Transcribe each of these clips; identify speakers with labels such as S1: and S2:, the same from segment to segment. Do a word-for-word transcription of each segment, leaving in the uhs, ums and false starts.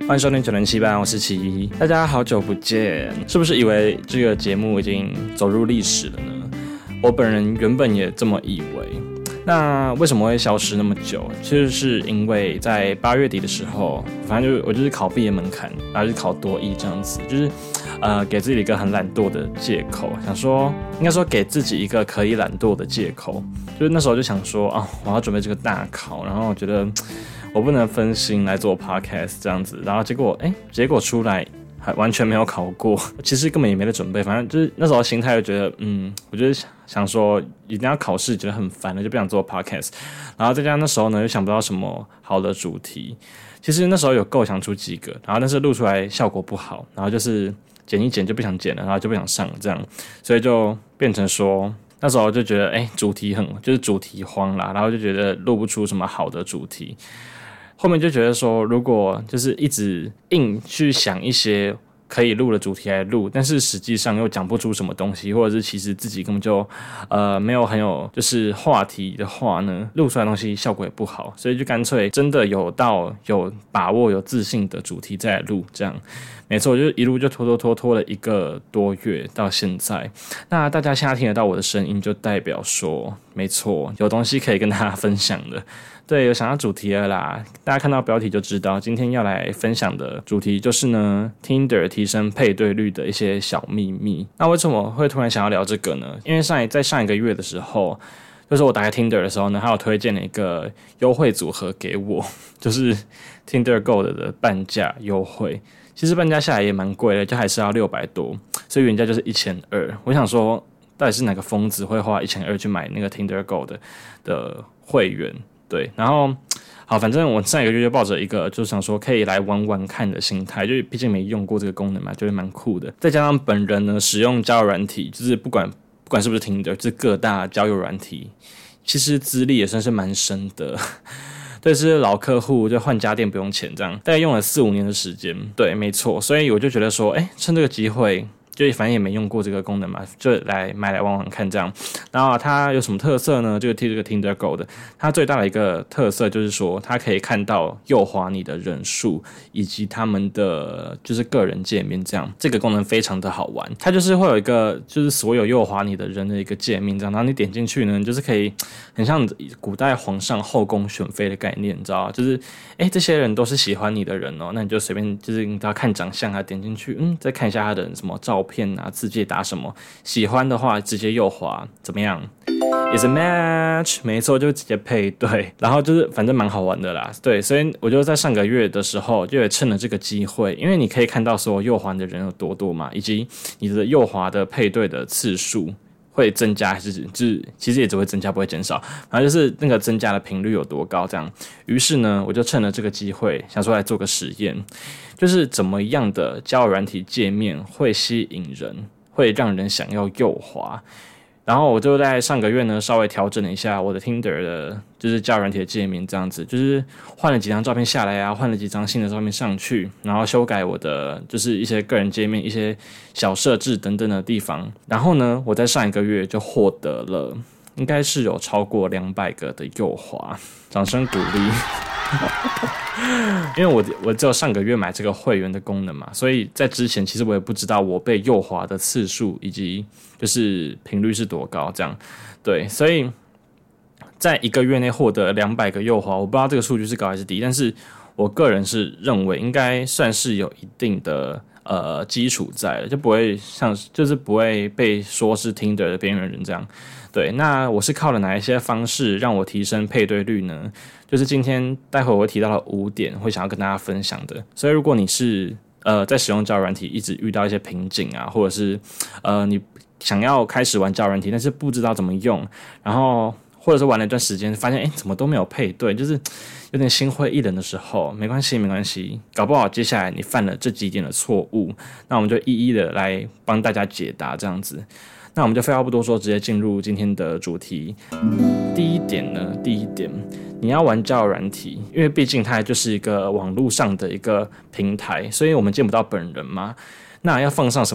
S1: 欢迎收听九零七班，我是奇一。大家好久不见，是不是以为这个节目已经走入历史了呢？我本人原本也这么以为。那为什么会消失那么久？其实是因为在八月底的时候，反正就我就是考毕业门槛，然后就是考多艺这样子，就是呃给自己一个很懒惰的借口，想说应该说给自己一个可以懒惰的借口，就是那时候就想说啊，我要准备这个大考，然后我觉得我不能分心来做 podcast 这样子，然后结果哎，结果出来还完全没有考过，其实根本也没得准备，反正就是那时候心态就觉得，嗯，我就是想说一定要考试，觉得很烦了，就不想做 podcast， 然后再加上那时候呢又想不到什么好的主题，其实那时候有构想出几个，然后但是录出来效果不好，然后就是剪一剪就不想剪了，然后就不想上了这样，所以就变成说那时候就觉得，哎，主题很就是主题荒啦，然后就觉得录不出什么好的主题。后面就觉得说，如果就是一直硬去想一些可以录的主题来录，但是实际上又讲不出什么东西，或者是其实自己根本就呃没有很有就是话题的话呢，录出来的东西效果也不好，所以就干脆真的有到有把握、有自信的主题再来录，这样。没错，我就一路就拖拖拖拖了一个多月到现在。那大家现在听得到我的声音，就代表说，没错，有东西可以跟大家分享的。对，有想要主题了啦，大家看到标题就知道，今天要来分享的主题就是呢 Tinder 提升配对率的一些小秘密。那为什么会突然想要聊这个呢？因为上一在上一个月的时候，就是我打开 Tinder 的时候呢，他有推荐了一个优惠组合给我，就是 Tinder Gold 的半价优惠。其实半价下来也蛮贵的，就还是要六百多，所以原价就是一千二。我想说，到底是哪个疯子会花一千二去买那个 Tinder Gold 的会员？对，然后好，反正我上一个月就抱着一个就是想说可以来玩玩看的心态，就毕竟没用过这个功能嘛，就会蛮酷的。再加上本人呢使用交友软体，就是不管不管是不是 Tinder， 就是各大交友软体，其实资历也算是蛮深的。对，是老客户，就换家电不用钱，这样大概用了四五年的时间。对，没错，所以我就觉得说，哎，趁这个机会。就反正也没用过这个功能嘛，就来买来玩玩看这样。然后它有什么特色呢？就这个 Tinder Gold， 它最大的一个特色就是说，它可以看到右滑你的人数以及他们的就是个人界面这样。这个功能非常的好玩，它就是会有一个就是所有右滑你的人的一个界面这样，然后你点进去呢，就是可以很像古代皇上后宫选妃的概念，你知道？就是哎，这些人都是喜欢你的人哦，那你就随便就是你都要看长相啊，点进去，嗯，再看一下他的什么照片。片啊，字界打什么？喜欢的话直接右滑，怎么样 ？Is a match， 没错，就直接配对，然后就是反正蛮好玩的啦。对，所以我就在上个月的时候，就也趁了这个机会，因为你可以看到所有右滑的人有多多嘛，以及你的右滑的配对的次数。会增加还是就是其实也只会增加不会减少，然后就是那个增加的频率有多高这样。于是呢，我就趁了这个机会，想说来做个实验，就是怎么样的交友软体界面会吸引人，会让人想要右滑。然后我就在上个月呢，稍微调整了一下我的 Tinder 的，就是交友软体的界面，这样子，就是换了几张照片下来啊，换了几张新的照片上去，然后修改我的就是一些个人界面、一些小设置等等的地方。然后呢，我在上一个月就获得了，应该是有超过两百个的右滑，掌声鼓励。因为我我只有上个月买这个会员的功能嘛，所以在之前其实我也不知道我被右滑的次数以及就是频率是多高这样。对，所以在一个月内获得两百个右滑，我不知道这个数据是高还是低，但是我个人是认为应该算是有一定的呃基础在的，就不会像就是不会被说是 Tinder 的边缘人这样。对，那我是靠了哪一些方式让我提升配对率呢？就是今天待会我会提到了五点，会想要跟大家分享的。所以如果你是呃在使用交友软体一直遇到一些瓶颈啊，或者是呃你想要开始玩交友软体，但是不知道怎么用，然后或者是玩了一段时间，发现哎怎么都没有配对，就是有点心灰意冷的时候，没关系没关系，搞不好接下来你犯了这几点的错误，那我们就一一的来帮大家解答这样子。那我们就废话不多说，直接进入今天的主题。第一点呢，第一点，你要玩交友软体，因为毕竟它就是一个网络上的一个平台，所以我们见不到本人嘛。那要放上什么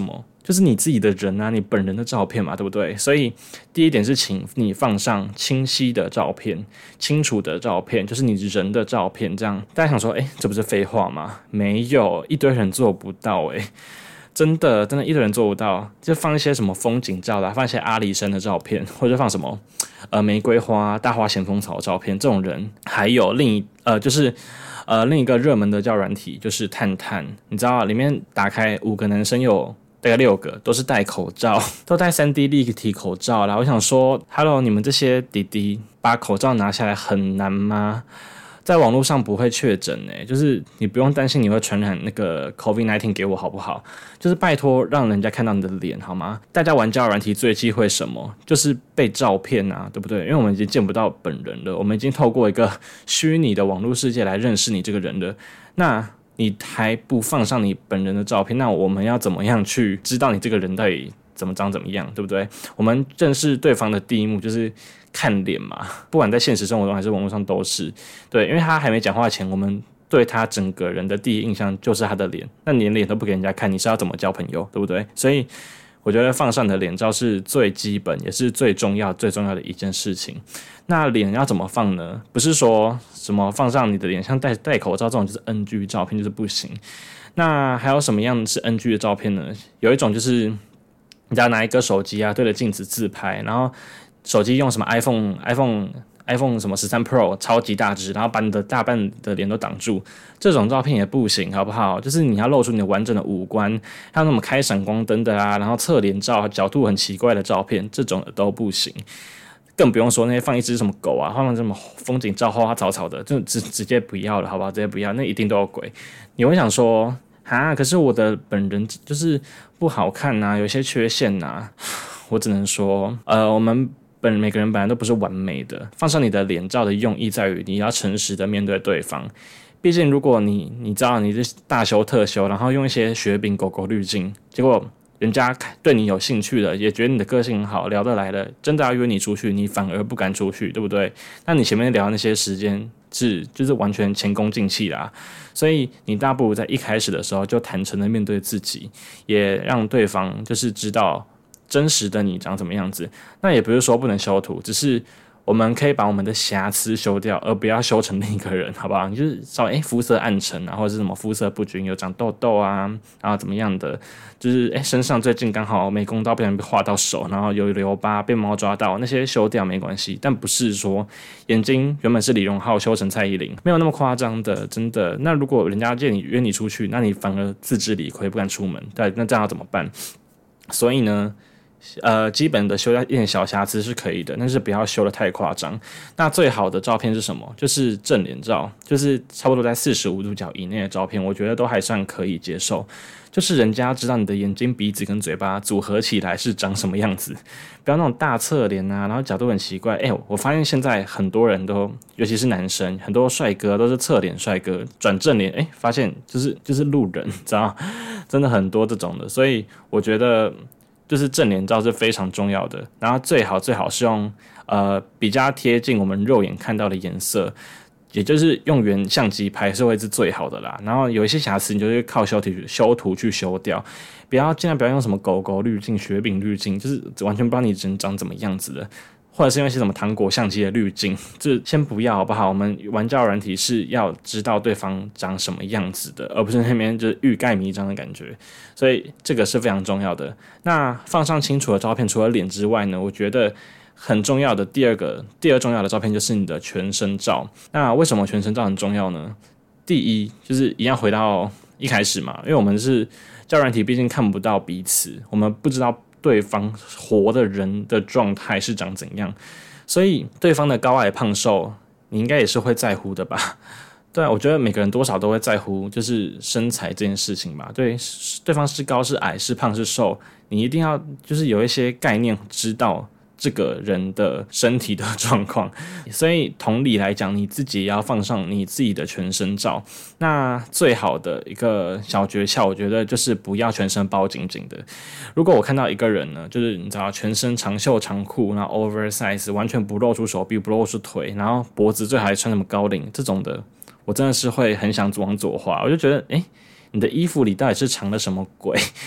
S1: 就是你自己的人啊，你本人的照片嘛，对不对？所以第一点是请你放上清晰的照片，清楚的照片，就是你人的照片。这样大家想说，哎，这不是废话吗？没有，一堆人做不到哎、欸。真的，真的，一堆人做不到，就放一些什么风景照啦，放一些阿里山的照片，或者放什么呃玫瑰花、大花咸丰草的照片，这种人。还有另一呃，就是呃另一个热门的交友软体就是探探，你知道里面打开五个男生有大概六个都是戴口罩，都戴 三 D 立体口罩啦。我想说 ，Hello， 你们这些弟弟把口罩拿下来很难吗？在网络上不会确诊诶，就是你不用担心你会传染那个 COVID 十九 给我好不好？就是拜托让人家看到你的脸好吗？大家玩交友软体最忌讳什么？就是被照片啊，对不对？因为我们已经见不到本人了，我们已经透过一个虚拟的网络世界来认识你这个人了。那你还不放上你本人的照片，那我们要怎么样去知道你这个人到底怎么长怎么样，对不对？我们认识对方的第一幕就是看脸嘛，不管在现实生活中还是网络上都是。对，因为他还没讲话前，我们对他整个人的第一印象就是他的脸，那你连脸都不给人家看，你是要怎么交朋友，对不对？所以我觉得放上你的脸照是最基本也是最重要最重要的一件事情。那脸要怎么放呢？不是说什么放上你的脸像 戴, 戴口罩这种就是 N G 照片，就是不行。那还有什么样是 N G 的照片呢？有一种就是你要拿一个手机啊对着镜子自拍，然后手机用什么 iPhone iPhone iPhone 什么十三 Pro 超级大只，然后把你的大半的脸都挡住，这种照片也不行，好不好？就是你要露出你的完整的五官，还有那么开闪光灯的啊，然后侧脸照角度很奇怪的照片，这种的都不行。更不用说那些放一只什么狗啊，放什么风景照花花草草的，就直直接不要了，好不好？直接不要，那一定都有鬼。你会想说，哈，可是我的本人就是不好看啊，有些缺陷啊。我只能说，呃，我们本每个人本来都不是完美的，放上你的脸照的用意在于你要诚实的面对对方。毕竟如果你你知道你是大修特修，然后用一些雪饼狗狗滤镜，结果人家对你有兴趣的，也觉得你的个性很好，聊得来的，真的要约你出去，你反而不敢出去，对不对？那你前面聊的那些时间是就是完全前功尽弃啦。所以你大不如在一开始的时候就坦诚的面对自己，也让对方就是知道真实的你长怎么样子。那也不是说不能修图，只是我们可以把我们的瑕疵修掉，而不要修成另一个人，好不好？你就是稍微哎肤色暗沉啊，或者是什么肤色不均，有长痘痘啊，然后怎么样的，就是哎身上最近刚好美工刀不小心被划到手，然后有留疤，被猫抓到，那些修掉没关系。但不是说眼睛原本是李荣浩修成蔡依林，没有那么夸张的，真的。那如果人家借你约你出去，那你反而自知理亏，不敢出门，对，那这样要怎么办？所以呢？呃，基本的修掉一点小瑕疵是可以的，但是不要修得太夸张。那最好的照片是什么？就是正脸照，就是差不多在四十五度角以内的照片，我觉得都还算可以接受。就是人家知道你的眼睛、鼻子跟嘴巴组合起来是长什么样子，不要那种大侧脸啊，然后角度很奇怪。哎、欸，我发现现在很多人都，尤其是男生，很多帅哥都是侧脸帅哥转正脸，哎、欸，发现就是就是路人，知道吗？真的很多这种的，所以我觉得。就是正脸照是非常重要的，然后最好最好是用呃比较贴近我们肉眼看到的颜色，也就是用原相机拍是会是最好的啦。然后有一些瑕疵，你就是靠修图修图去修掉，不要尽量不要用什么狗狗滤镜、雪饼滤镜，就是完全不知道你人长怎么样子的。或者是用一些什么糖果相机的滤镜，这先不要好不好？我们玩交友软体是要知道对方长什么样子的，而不是那边就是欲盖弥彰的感觉，所以这个是非常重要的。那放上清楚的照片，除了脸之外呢，我觉得很重要的第二个第二重要的照片就是你的全身照。那为什么全身照很重要呢？第一就是一样回到一开始嘛，因为我们是交友软体，毕竟看不到彼此，我们不知道对方活的人的状态是长怎样，所以对方的高矮胖瘦你应该也是会在乎的吧？对啊，我觉得每个人多少都会在乎就是身材这件事情吧。对，对方是高是矮是胖是瘦，你一定要就是有一些概念，知道这个人的身体的状况。所以同理来讲，你自己也要放上你自己的全身照。那最好的一个小诀窍，我觉得就是不要全身包紧紧的。如果我看到一个人呢，就是你知道全身长袖长裤，然后 oversize 完全不露出手臂不露出腿，然后脖子最好还穿什么高领这种的，我真的是会很想往左滑。我就觉得诶，你的衣服里到底是藏了什么鬼？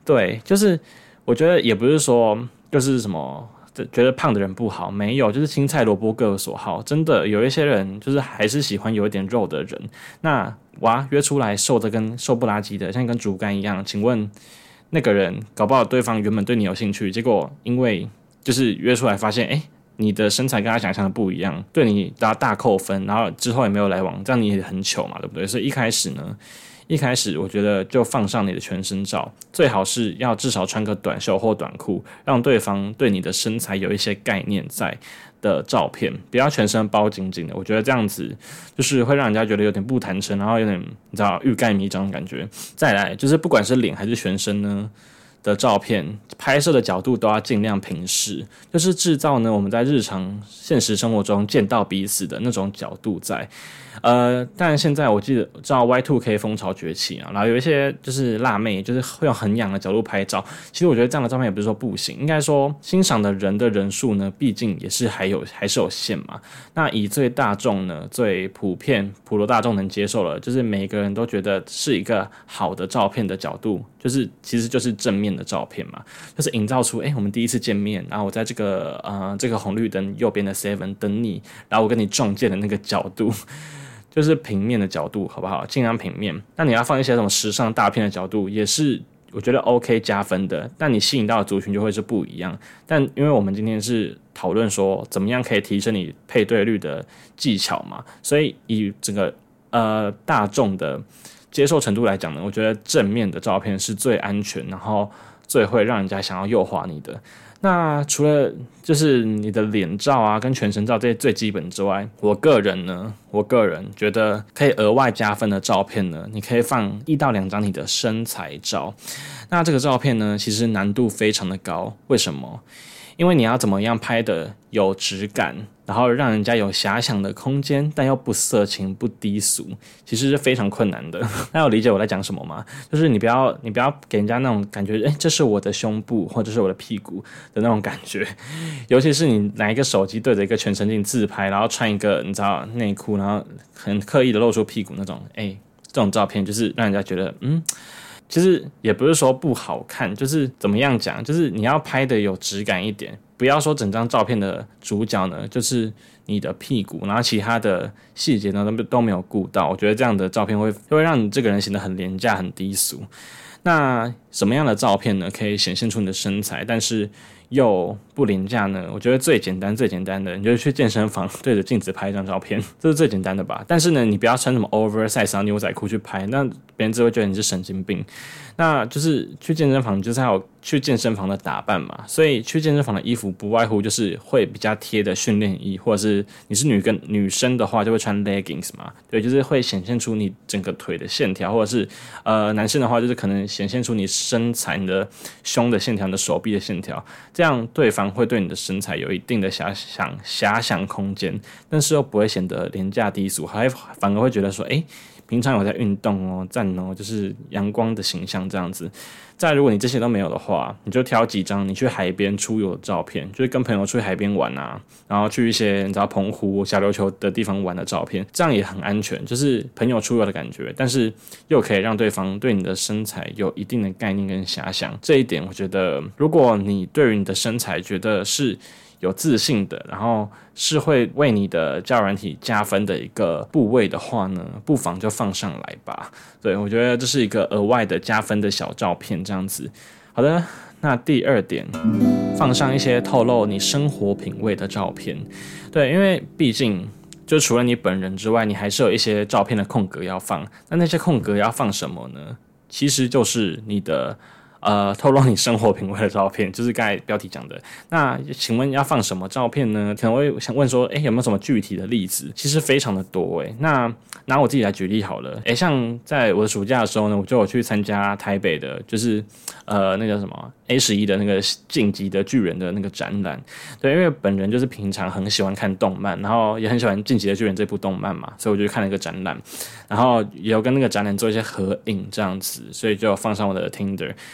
S1: 对，就是我觉得也不是说就是什么觉得胖的人不好，没有，就是青菜萝卜各有所好。真的有一些人就是还是喜欢有一点肉的人，那哇约出来瘦的跟瘦不拉几的，像跟竹竿一样，请问那个人搞不好对方原本对你有兴趣，结果因为就是约出来发现，哎，你的身材跟他想象的不一样，对你大大扣分，然后之后也没有来往，这样你也很糗嘛，对不对？所以一开始呢。一开始我觉得就放上你的全身照，最好是要至少穿个短袖或短裤，让对方对你的身材有一些概念在的照片，不要全身包紧紧的。我觉得这样子就是会让人家觉得有点不坦诚，然后有点你知道欲盖弥彰的感觉。再来就是不管是脸还是全身呢的照片，拍摄的角度都要尽量平视，就是制造呢我们在日常现实生活中见到彼此的那种角度在。呃，但现在我记得知道 Y 二 K 风潮崛起啊，然后有一些就是辣妹，就是会用很仰的角度拍照。其实我觉得这样的照片也不是说不行，应该说欣赏的人的人数呢，毕竟也是还有还是有限嘛。那以最大众呢、最普遍、普罗大众能接受了，就是每个人都觉得是一个好的照片的角度，就是其实就是正面的照片嘛，就是营造出哎、欸、我们第一次见面，然后我在这个呃这个红绿灯右边的 seven 等你，然后我跟你撞见的那个角度。就是平面的角度，好不好？尽量平面。那你要放一些什么时尚大片的角度，也是我觉得 OK 加分的。但你吸引到的族群就会是不一样。但因为我们今天是讨论说怎么样可以提升你配对率的技巧嘛，所以以整个呃大众的接受程度来讲呢，我觉得正面的照片是最安全，然后最会让人家想要诱惑你的。那除了就是你的脸照啊跟全身照这些最基本之外，我个人呢，我个人觉得可以额外加分的照片呢，你可以放一到两张你的身材照。那这个照片呢，其实难度非常的高，为什么？因为你要怎么样拍的有质感，然后让人家有遐想的空间，但又不色情不低俗，其实是非常困难的。那有理解我在讲什么吗？就是你不要你不要给人家那种感觉，哎，这是我的胸部或者是我的屁股的那种感觉。尤其是你拿一个手机对着一个全身镜自拍，然后穿一个你知道内裤，然后很刻意的露出屁股那种，哎，这种照片就是让人家觉得嗯。其实也不是说不好看，就是怎么样讲，就是你要拍的有质感一点，不要说整张照片的主角呢就是你的屁股，然后其他的细节呢都都没有顾到。我觉得这样的照片会会让你这个人显得很廉价、很低俗。那什么样的照片呢可以显现出你的身材，但是又不廉价呢？我觉得最简单最简单的，你就去健身房对着镜子拍一张照片，这是最简单的吧。但是呢，你不要穿什么 oversize 啊牛仔裤去拍，那别人只会觉得你是神经病。那就是去健身房，就是要有去健身房的打扮嘛，所以去健身房的衣服不外乎就是会比较贴的训练衣，或者是你是女跟女生的话就会穿 leggings 嘛，对，就是会显现出你整个腿的线条，或者是呃男生的话就是可能显现出你身材、你的胸的线条、你的手臂的线条，这样对方会对你的身材有一定的遐想遐想空间，但是又不会显得廉价低俗，还反而会觉得说，哎。平常有在运动哦，赞哦，就是阳光的形象这样子。再如果你这些都没有的话，你就挑几张你去海边出游的照片，就是跟朋友去海边玩啊，然后去一些你知道澎湖、小琉球的地方玩的照片，这样也很安全，就是朋友出游的感觉，但是又可以让对方对你的身材有一定的概念跟遐想。这一点我觉得，如果你对于你的身材觉得是有自信的，然后是会为你的交友软体加分的一个部位的话呢，不妨就放上来吧。对，我觉得这是一个额外的加分的小照片这样子。好的，那第二点，放上一些透露你生活品味的照片。对，因为毕竟就除了你本人之外，你还是有一些照片的空格要放。那那些空格要放什么呢？其实就是你的呃，透露你生活品味的照片，就是刚才标题讲的。那请问要放什么照片呢？可能会想问说，哎，有没有什么具体的例子？其实非常的多哎。那拿我自己来举例好了。哎，像在我的暑假的时候呢，我就有去参加台北的，就是呃那个什么 A 十一的那个晋级的巨人的那个展览。对，因为本人就是平常很喜欢看动漫，然后也很喜欢晋级的巨人这部动漫嘛，所以我就去看了一个展览，然后也有跟那个展览做一些合影这样子，所以就放上我的 Tinder。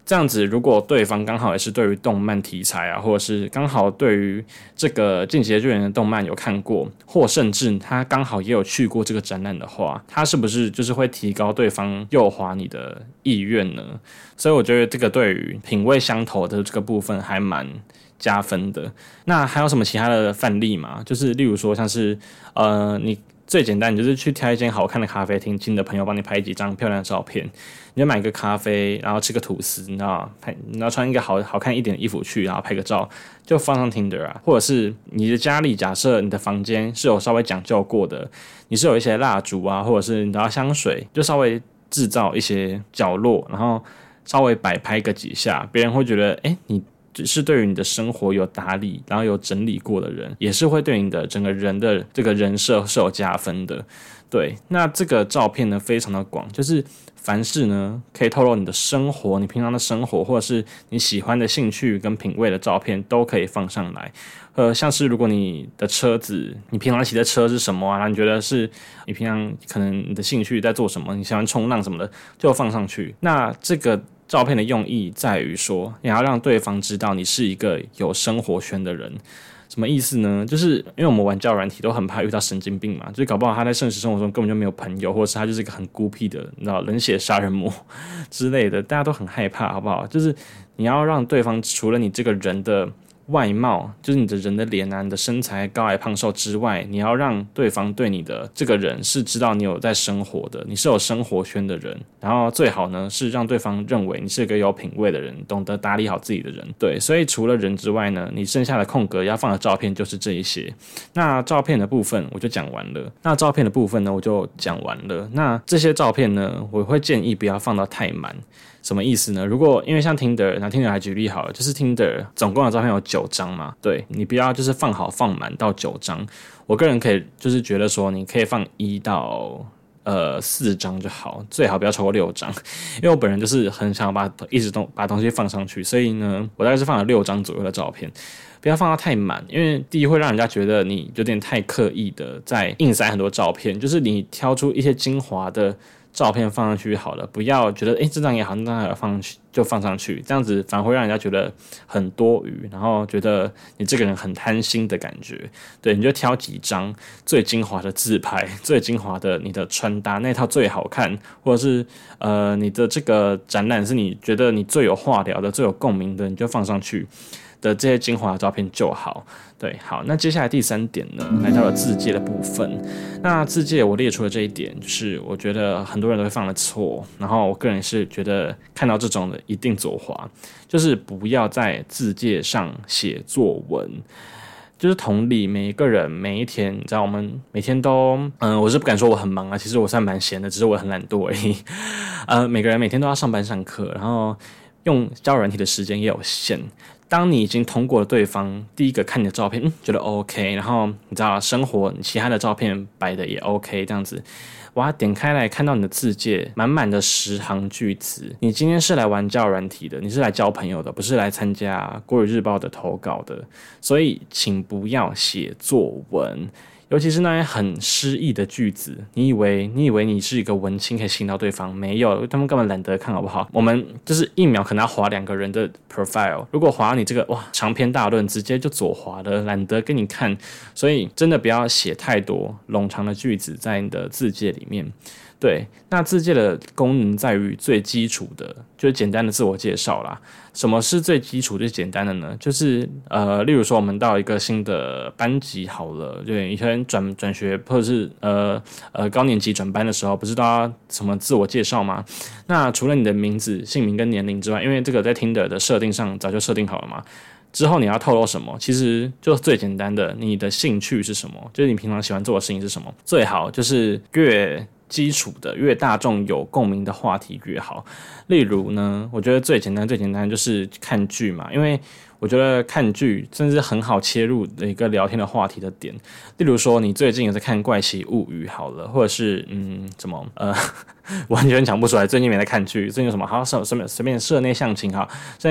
S1: 这样子，如果对方刚好也是对于动漫题材啊，或者是刚好对于这个进击的巨人的动漫有看过，或甚至他刚好也有去过这个展览的话，他是不是就是会提高对方诱惑你的意愿呢？所以我觉得这个对于品味相投的这个部分还蛮加分的。那还有什么其他的范例吗？就是例如说像是呃，你最简单，你就是去挑一间好看的咖啡厅，请你的朋友帮你拍几张漂亮的照片，你就买个咖啡，然后吃个吐司，你知道拍，然后穿一个好好看一点的衣服去，然后拍个照，就放上 Tinder 啊。或者是你的家里，假设你的房间是有稍微讲究过的，你是有一些蜡烛啊，或者是你的香水，就稍微制造一些角落，然后稍微摆拍个几下，别人会觉得，哎，你是对于你的生活有打理，然后有整理过的人，也是会对你的整个人的这个人设是有加分的。对，那这个照片呢非常的广，就是凡是呢可以透露你的生活，你平常的生活，或者是你喜欢的兴趣跟品味的照片都可以放上来。呃，像是如果你的车子，你平常骑的车是什么啊？然后你觉得是你平常可能你的兴趣在做什么，你喜欢冲浪什么的，就放上去。那这个照片的用意在于说，你要让对方知道你是一个有生活圈的人。什么意思呢？就是因为我们玩交友软体都很怕遇到神经病嘛，就是搞不好他在现实生活中根本就没有朋友，或者是他就是一个很孤僻的，你知道冷血杀人魔之类的，大家都很害怕，好不好？就是你要让对方除了你这个人的外貌，就是你的人的脸啊，你的身材高矮胖瘦之外，你要让对方对你的这个人是知道你有在生活的，你是有生活圈的人，然后最好呢是让对方认为你是一个有品味的人，懂得打理好自己的人。对，所以除了人之外呢，你剩下的空格要放的照片就是这一些。那照片的部分我就讲完了，那照片的部分呢我就讲完了。那这些照片呢，我会建议不要放到太满。什么意思呢？如果因为像 Tinder， 拿 Tinder 来举例好了，就是 Tinder 总共的照片有九张嘛，对，你不要就是放好放满到九张。我个人可以就是觉得说，你可以放一到呃四张就好，最好不要超过六张，因为我本人就是很想把一直都把东西放上去，所以呢，我大概是放了六张左右的照片。不要放到太满，因为第一会让人家觉得你有点太刻意的在硬塞很多照片，就是你挑出一些精华的照片放上去好了，不要觉得哎这张也好，那张也放上去就放上去，这样子反而会让人家觉得很多余，然后觉得你这个人很贪心的感觉。对，你就挑几张最精华的自拍，最精华的你的穿搭那套最好看，或者是呃你的这个展览是你觉得你最有话聊的、最有共鸣的，你就放上去的这些精华的照片就好。对，好，那接下来第三点呢，来到了自介的部分。那自介我列出了这一点，就是我觉得很多人都会犯了错，然后我个人是觉得看到这种的一定左滑，就是不要在自介上写作文。就是同理，每一个人每一天，你知道，我们每天都，嗯，我是不敢说我很忙啊，其实我算蛮闲的，只是我很懒惰而已。呃，每个人每天都要上班上课，然后用交友软体的时间也有限。当你已经通过了对方第一个看你的照片，嗯，觉得 OK， 然后你知道生活你其他的照片摆的也 OK， 这样子，哇，点开来看到你的自介满满的十行句子，你今天是来玩交友软体的，你是来交朋友的，不是来参加国语日报的投稿的，所以请不要写作文。尤其是那些很诗意的句子，你以为你以为你是一个文青可以吸引到对方，没有，他们根本懒得看，好不好？我们就是一秒可能要滑两个人的 profile， 如果滑到你这个哇长篇大论，直接就左滑了，懒得给你看，所以真的不要写太多冗长的句子在你的自介里面。对，那自介的功能在于最基础的，就是简单的自我介绍啦。什么是最基础最简单的呢？就是呃，例如说我们到一个新的班级好了，对，以前转转学或者是呃呃高年级转班的时候，不是都要什么自我介绍吗？那除了你的名字、姓名跟年龄之外，因为这个在 Tinder 的设定上早就设定好了嘛。之后你要透露什么，其实就最简单的，你的兴趣是什么，就是你平常喜欢做的事情是什么，最好就是越基础的、越大众有共鸣的话题越好。例如呢，我觉得最简单、最简单就是看剧嘛，因为我觉得看剧真是很好切入的一个聊天的话题的点。例如说，你最近有在看《怪奇物语》好了，或者是嗯，什么呃，完全讲不出来。最近没在看剧，最近有什么好随便随便社内相亲哈，社内相亲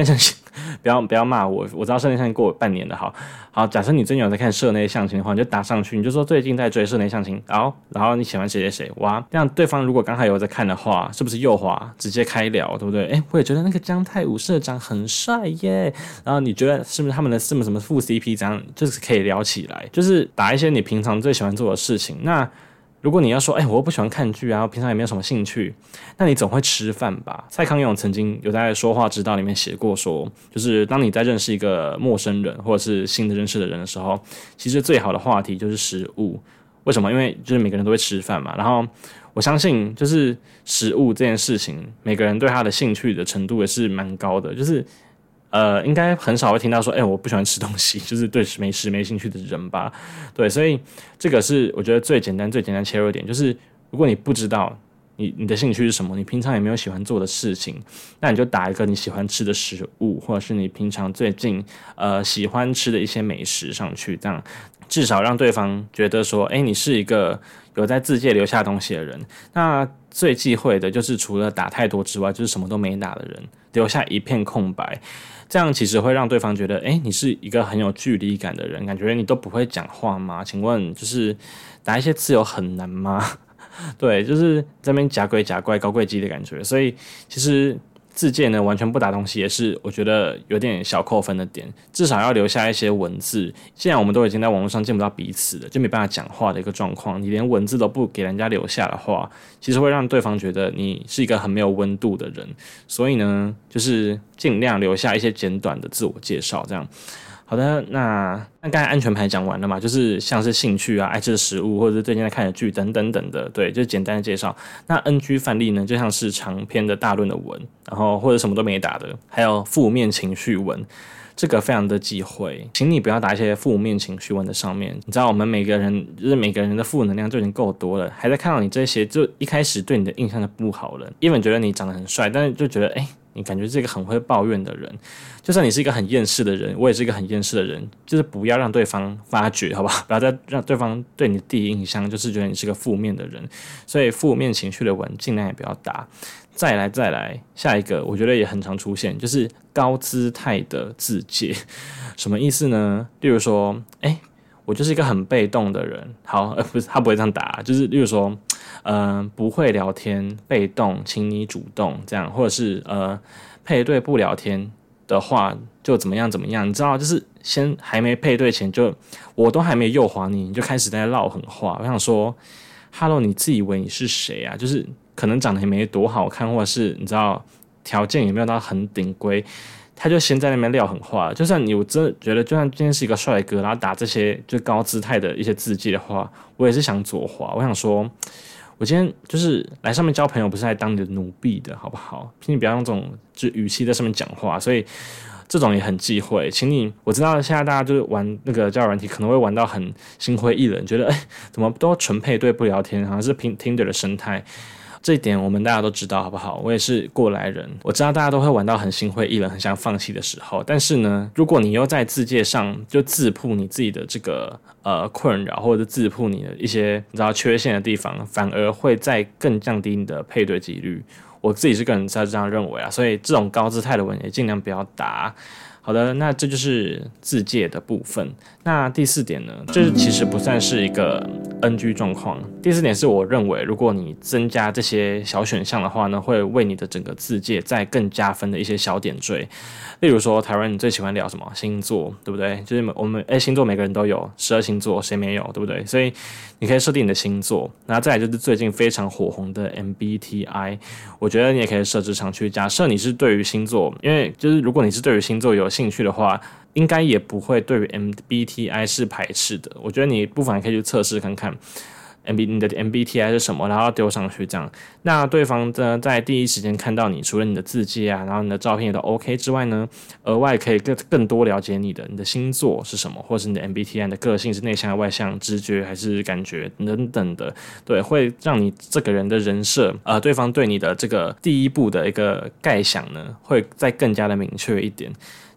S1: 不要不要骂我，我知道社内相亲过半年了，好好，假设你最近有在看社内相亲的话，你就打上去，你就说最近在追社内相亲，然后然后你喜欢谁谁谁，哇，这样对方如果刚才有在看的话，是不是右滑直接开聊，对不对？哎，我也觉得那个姜泰武社长很帅耶，然后你觉得是不是他们的什么什么副 C P 这样，就是可以聊起来，就是打一些你平常最喜欢做的事情，那。如果你要说，哎、欸，我又不喜欢看剧啊，我平常也没有什么兴趣，那你总会吃饭吧？蔡康永曾经有在《说话之道》里面写过说，就是当你在认识一个陌生人或者是新的认识的人的时候，其实最好的话题就是食物。为什么？因为就是每个人都会吃饭嘛。然后我相信，就是食物这件事情，每个人对他的兴趣的程度也是蛮高的，就是。呃，应该很少会听到说，哎、欸，我不喜欢吃东西，就是对美食没兴趣的人吧？对，所以这个是我觉得最简单、最简单切入点，就是如果你不知道你你的兴趣是什么，你平常也没有喜欢做的事情，那你就打一个你喜欢吃的食物，或者是你平常最近呃喜欢吃的一些美食上去，这样至少让对方觉得说，哎、欸，你是一个有在自介留下东西的人。那最忌讳的就是除了打太多之外，就是什么都没打的人，留下一片空白。这样其实会让对方觉得，哎、欸，你是一个很有距离感的人，感觉你都不会讲话吗？请问，就是打一些字有很难吗？对，就是这边假鬼假怪高贵鸡的感觉。所以其实自介呢完全不打东西，也是我觉得有点小扣分的点。至少要留下一些文字。既然我们都已经在网络上见不到彼此了，就没办法讲话的一个状况，你连文字都不给人家留下的话，其实会让对方觉得你是一个很没有温度的人。所以呢，就是尽量留下一些简短的自我介绍，这样。好的，那那刚才安全牌讲完了嘛，就是像是兴趣啊、爱吃的食物，或者是最近在看的剧等等等的，对，就是简单的介绍。那 N G 范例呢，就像是长篇的大论的文，然后或者什么都没打的，还有负面情绪文。这个非常的忌讳，请你不要打一些负面情绪文在上面。你知道我们每个人就是每个人的负能量就已经够多了，还在看到你这些，就一开始对你的印象就不好了。even 觉得你长得很帅，但是就觉得哎、欸，你感觉是一个很会抱怨的人。就算你是一个很厌世的人，我也是一个很厌世的人，就是不要让对方发觉，好不好？不要再让对方对你的第一印象就是觉得你是个负面的人。所以负面情绪的文尽量也不要打。再来再来，下一个我觉得也很常出现，就是高姿态的自介。什么意思呢？例如说，哎、欸，我就是一个很被动的人。好，呃，不是，他不会这样打，就是例如说，呃，不会聊天，被动，请你主动，这样，或者是呃，配对不聊天的话，就怎么样怎么样，你知道，就是先还没配对前就，我都还没诱滑你，你就开始在唠狠话。我想说 ，Hello， 你自以为你是谁啊？就是可能长得也没多好看，或者是你知道条件也没有到很顶规。他就先在那边撂狠话，就算你我真的觉得，就算今天是一个帅哥，然后打这些就高姿态的一些字迹的话，我也是想左滑。我想说，我今天就是来上面交朋友，不是来当你的奴婢的，好不好？请你不要用这种就语气在上面讲话，所以这种也很忌讳。请你，我知道现在大家就是玩那个交友软体，可能会玩到很心灰意冷，觉得哎，怎么都纯配对不聊天，好像是 Tinder 的生态。这一点我们大家都知道，好不好？我也是过来人，我知道大家都会玩到很心灰意冷、很想放弃的时候。但是呢，如果你又在自介上就自曝你自己的这个呃困扰，或者自曝你的一些你知道缺陷的地方，反而会再更降低你的配对几率。我自己是个人在这样认为啊，所以这种高姿态的文也尽量不要打。好的，那这就是自介的部分。那第四点呢，这其实不算是一个 N G 状况。第四点是我认为，如果你增加这些小选项的话呢，会为你的整个自介再更加分的一些小点缀。例如说，台湾你最喜欢聊什么星座，对不对？就是我们哎，星座每个人都有，十二星座谁没有，对不对？所以你可以设定你的星座。那再来就是最近非常火红的 M B T I， 我觉得你也可以设置上去。假设你是对于星座，因为就是如果你是对于星座有兴趣的话，应该也不会对于 M B T I 是排斥的。我觉得你不妨可以去测试看看。M B 你的 M B T I 是什么，然后丢上去这样，那对方呢在第一时间看到你，除了你的字迹啊，然后你的照片也都 OK 之外呢，额外可以更更多了解你的你的星座是什么，或是你的 M B T I 的个性是内向、外向、直觉还是感觉等等的，对，会让你这个人的人设，呃，对方对你的这个第一步的一个概想呢，会再更加的明确一点。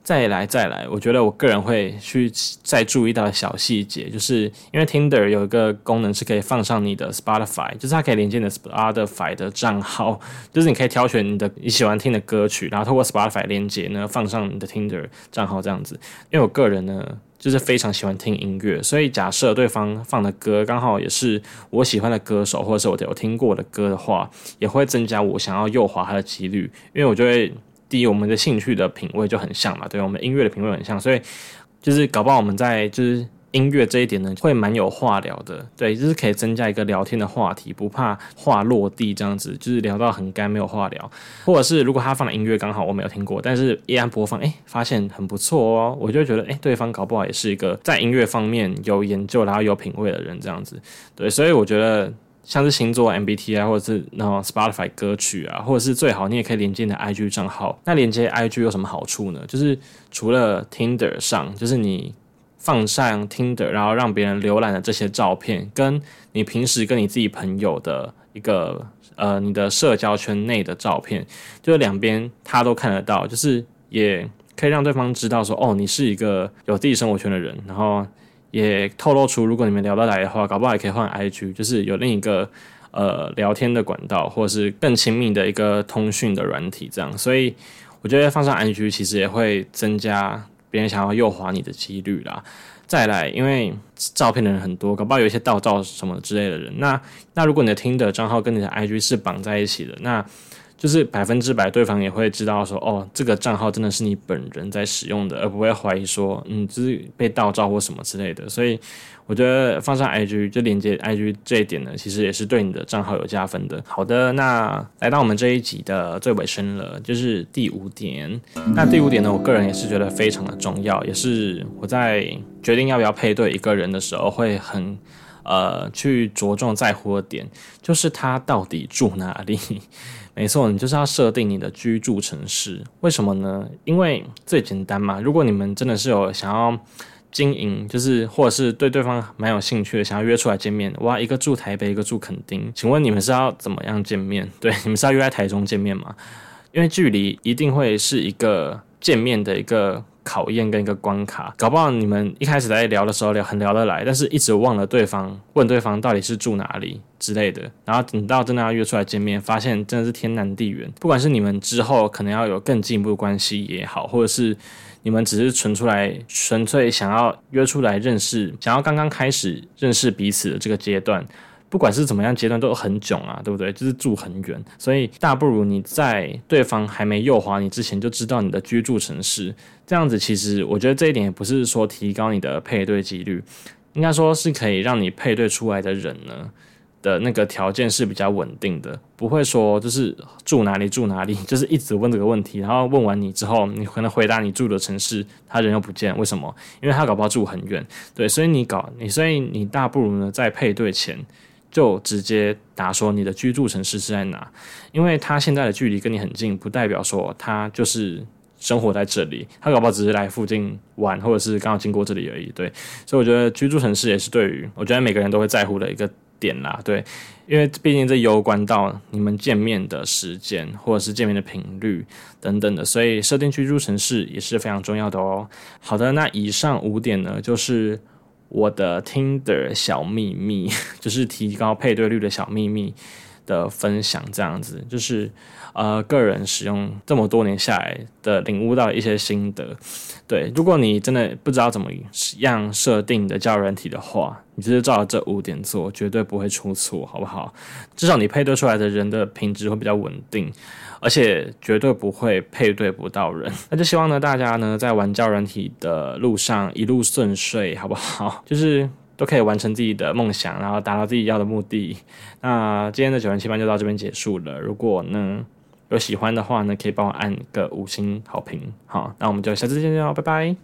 S1: 再来再来，我觉得我个人会去再注意到的小细节，就是因为 Tinder 有一个功能是可以放上你的 Spotify， 就是它可以连接你的 Spotify 的账号，就是你可以挑选你的你喜欢听的歌曲，然后透过 Spotify 连接呢放上你的 Tinder 账号这样子。因为我个人呢就是非常喜欢听音乐，所以假设对方放的歌刚好也是我喜欢的歌手，或者是我有听过的歌的话，也会增加我想要右滑它的几率，因为我就会。第一，我们的兴趣的品味就很像嘛，对，我们音乐的品味很像，所以就是搞不好我们在就是音乐这一点呢，会蛮有话聊的，对，就是可以增加一个聊天的话题，不怕话落地这样子，就是聊到很干没有话聊，或者是如果他放的音乐刚好我没有听过，但是一按播放，哎，发现很不错哦，我就会觉得，哎，对方搞不好也是一个在音乐方面有研究然后有品味的人这样子，对，所以我觉得。像是星座 M B T I 或者是那种 Spotify 歌曲啊，或者是最好你也可以连接你的 I G 账号。那连接 I G 有什么好处呢？就是除了 Tinder 上，就是你放上 Tinder， 然后让别人浏览的这些照片，跟你平时跟你自己朋友的一个呃你的社交圈内的照片，就是两边他都看得到，就是也可以让对方知道说，哦，你是一个有自己生活圈的人，然后。也透露出，如果你们聊得来的话，搞不好也可以换 I G， 就是有另一个呃聊天的管道，或者是更亲密的一个通讯的软体，这样。所以我觉得放上 I G 其实也会增加别人想要右滑你的几率啦。再来，因为照片的人很多，搞不好有一些盗照什么之类的人，那那如果你的 Tinder 账号跟你的 I G 是绑在一起的，那就是百分之百对方也会知道说，哦，这个账号真的是你本人在使用的，而不会怀疑说，嗯，就是被盗照或什么之类的。所以我觉得放上 I G 就连接 I G 这一点呢，其实也是对你的账号有加分的。好的，那来到我们这一集的最尾声了，就是第五点。那第五点呢，我个人也是觉得非常的重要，也是我在决定要不要配对一个人的时候会很呃去着重在乎的点，就是他到底住哪里。没错，你就是要设定你的居住城市。为什么呢？因为最简单嘛。如果你们真的是有想要经营，就是或者是对对方蛮有兴趣的，想要约出来见面，哇，一个住台北，一个住垦丁，请问你们是要怎么样见面？对，你们是要约在台中见面吗？因为距离一定会是一个见面的一个考验跟一个关卡，搞不好你们一开始在聊的时候聊很聊得来，但是一直忘了对方，问对方到底是住哪里之类的，然后等到真的要约出来见面，发现真的是天南地远。不管是你们之后可能要有更进一步的关系也好，或者是你们只是纯出来纯粹想要约出来认识，想要刚刚开始认识彼此的这个阶段。不管是怎么样阶段都很囧啊，对不对？就是住很远，所以大不如你在对方还没右滑你之前就知道你的居住城市，这样子其实我觉得这一点也不是说提高你的配对几率，应该说是可以让你配对出来的人呢的那个条件是比较稳定的，不会说就是住哪里住哪里，就是一直问这个问题，然后问完你之后，你可能回答你住的城市，他人又不见，为什么？因为他搞不好住很远，对，所以你搞你，所以你大不如呢在配对前。就直接打说你的居住城市是在哪，因为他现在的距离跟你很近，不代表说他就是生活在这里，他搞不好只是来附近玩，或者是刚好经过这里而已。对，所以我觉得居住城市也是对于我觉得每个人都会在乎的一个点啦。对，因为毕竟这攸关到你们见面的时间，或者是见面的频率等等的，所以设定居住城市也是非常重要的哦。好的，那以上五点呢，就是我的 Tinder 小秘密，就是提高配对率的小秘密的分享，这样子就是呃个人使用这么多年下来的领悟到一些心得。对，如果你真的不知道怎么样设定你的交友软体的话，你就是照着这五点做，绝对不会出错，好不好？至少你配对出来的人的品质会比较稳定，而且绝对不会配对不到人。那就希望呢，大家呢在玩交友软体的路上一路顺遂，好不好？就是都可以完成自己的梦想，然后达到自己要的目的。那今天的九人七班就到这边结束了。如果呢有喜欢的话呢，可以帮我按个五星好评。好，那我们就下次见喽，拜拜。